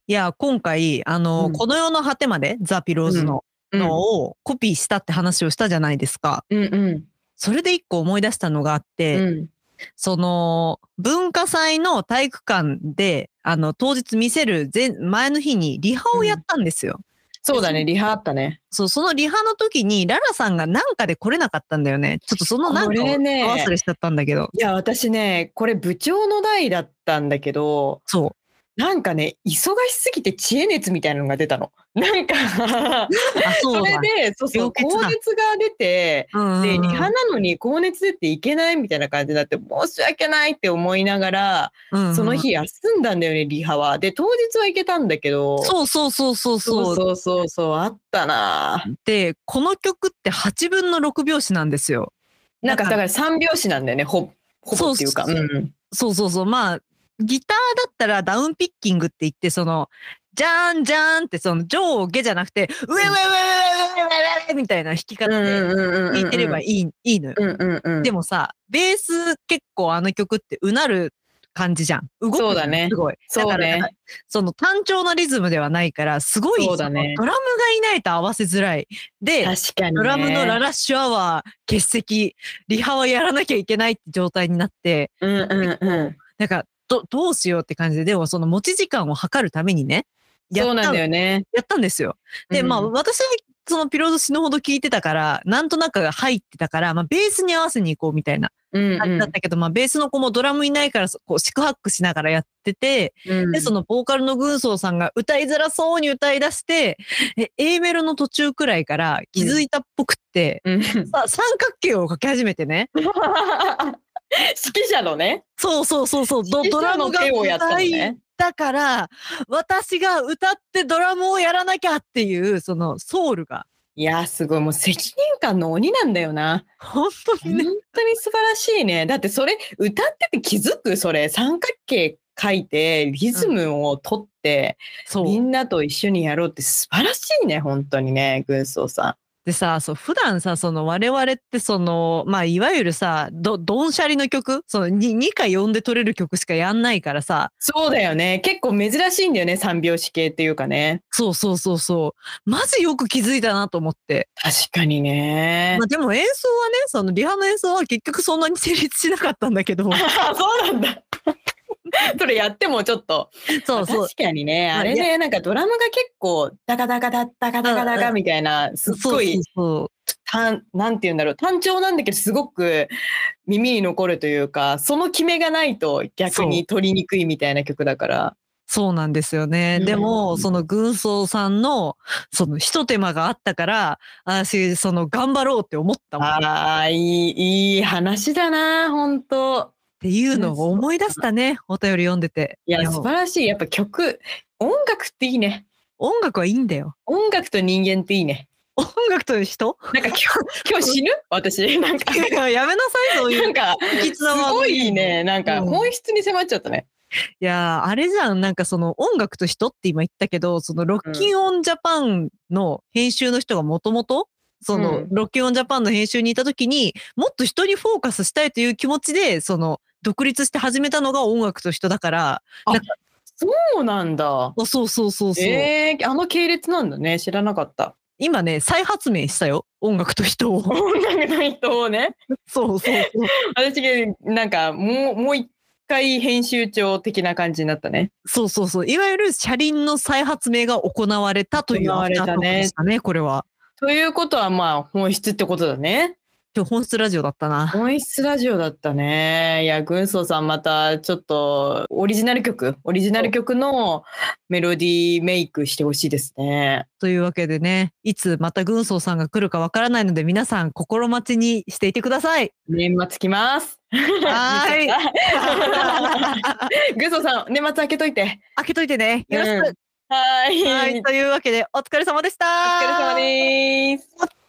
いや、今回、この世の果てまで、ザ・ピローズのをコピーしたって話をしたじゃないですか。それで一個思い出したのがあって、その、文化祭の体育館で、当日見せる前の日にリハをやったんですよ。 そうだね、リハあったね。 そう、そのリハの時に、ララさんがなんかで来れなかったんだよね。ちょっとそのなんかを忘れしちゃったんだけど。 いや、私ね、これ部長の代だったんだけど、 そう。 なんかね、忙しすぎて知恵熱みたいなのが出たの。なんかそれで、そうそう、高熱が出て、で、リハなのに高熱出ていけないみたいな感じになって、申し訳ないって思いながら、その日休んだんだよね、リハは。で、当日は行けたんだけど。 そうそうそうそうそう。 そうそうそう、あったな。 で、この曲って8分の6拍子なんですよ。 なんかだから3拍子なんだよね、ほぼっていうか。 そうそうそう。まあ、ギターだったらダウンピッキングって言って、その、じゃーんじゃーんってその上下じゃなくて、上上上上上上上みたいな弾き方で弾いてればいいのよ。でもさ、ベース結構あの曲ってうなる感じじゃん。動く。 そうだね。 すごい。だから、その単調なリズムではないから、すごい、 そうだね、 ドラムがいないと合わせづらい。で、 確かにね、 ドラムのララッシュアワー欠席、リハはやらなきゃいけないって状態になって、だからどうしようって感じで、でもその持ち時間を測るためにね、 そうなんだよね。 やったんですよ。で、まあ私はそのピローズ死ぬほど聞いてたから、なんとなく入ってたから、まあベースに合わせに行こうみたいな感じだったけど、まあベースの子もドラムいないから、こう四苦八苦しながらやってて、で、そのボーカルの軍曹さんが歌いづらそうに歌い出して、A メロの途中くらいから気づいたっぽくって、三角形を書き始めてね。 指揮者のね。 そうそうそうそう。ドラムが歌いだから、私が歌ってドラムをやらなきゃっていう、そのソウルが。 いや、すごい。もう責任感の鬼なんだよな。 本当にね。 本当に素晴らしいね。だってそれ、歌ってて気づく？それ、三角形書いて、リズムを取って、みんなと一緒にやろうって素晴らしいね。本当にね、軍曹さん。 でさ、そう、普段さ、その我々ってその、まあ、いわゆるさ、ドンシャリの曲、その2か4で取れる曲しかやんないからさ。 そうだよね。結構珍しいんだよね、3拍子系っていうかね。 そうそうそうそう。マジよく気づいたなと思って。 確かにね。 まあでも演奏はね、そのリハの演奏は結局そんなに成立しなかったんだけど。 そうなんだ。それやってもちょっと。 そうそう。 確かにね、あれね、なんかドラムが結構、ダカダカダッダカダカダカみたいな、すっごい、なんて言うんだろう、単調なんだけど、すごく耳に残るというか、その決めがないと逆に取りにくいみたいな曲だから。 そうなんですよね。でも、その軍曹さんの、その一手間があったから、私、その頑張ろうって思ったもん。 ああ、いい話だな、本当。 っていうのを思い出したね、お便り読んでて。 いや、素晴らしい。やっぱ音楽っていいね。 音楽はいいんだよ。 音楽と人間っていいね。 音楽と人？ なんか今日死ぬ？私。なんか。 やめなさい、そういう。 なんか、すごいね。なんか、本質に迫っちゃったね。 いやあれじゃん、なんかその音楽と人って今言ったけど、そのロッキンオンジャパンの編集の人がもともと、そのロッキンオンジャパンの編集にいた時に、もっと人にフォーカスしたいという気持ちで、その独立して始めたのが音楽と人だから、 そうなんだ。 そうそうそうそう。 あの系列なんだね。知らなかった。 今ね、再発明したよ。音楽と人を。 音楽と人をね。 そうそうそう。 私、なんか、もう一回編集長的な感じになったね。 そうそうそう。いわゆる車輪の再発明が行われたというアフタートークでしたね、これは。 ということは、まあ、本質ってことだね。 今日本質ラジオだったな。 本質ラジオだったね。いや、軍曹さんまたちょっとオリジナル曲のメロディーメイクしてほしいですね。 というわけでね、いつまた軍曹さんが来るかわからないので、皆さん心待ちにしていてください。 年末来ます。 はい。 軍曹さん、年末開けといて。 開けといてね。よろしく。 はい。 はい。というわけで、お疲れ様でした。 お疲れ様です。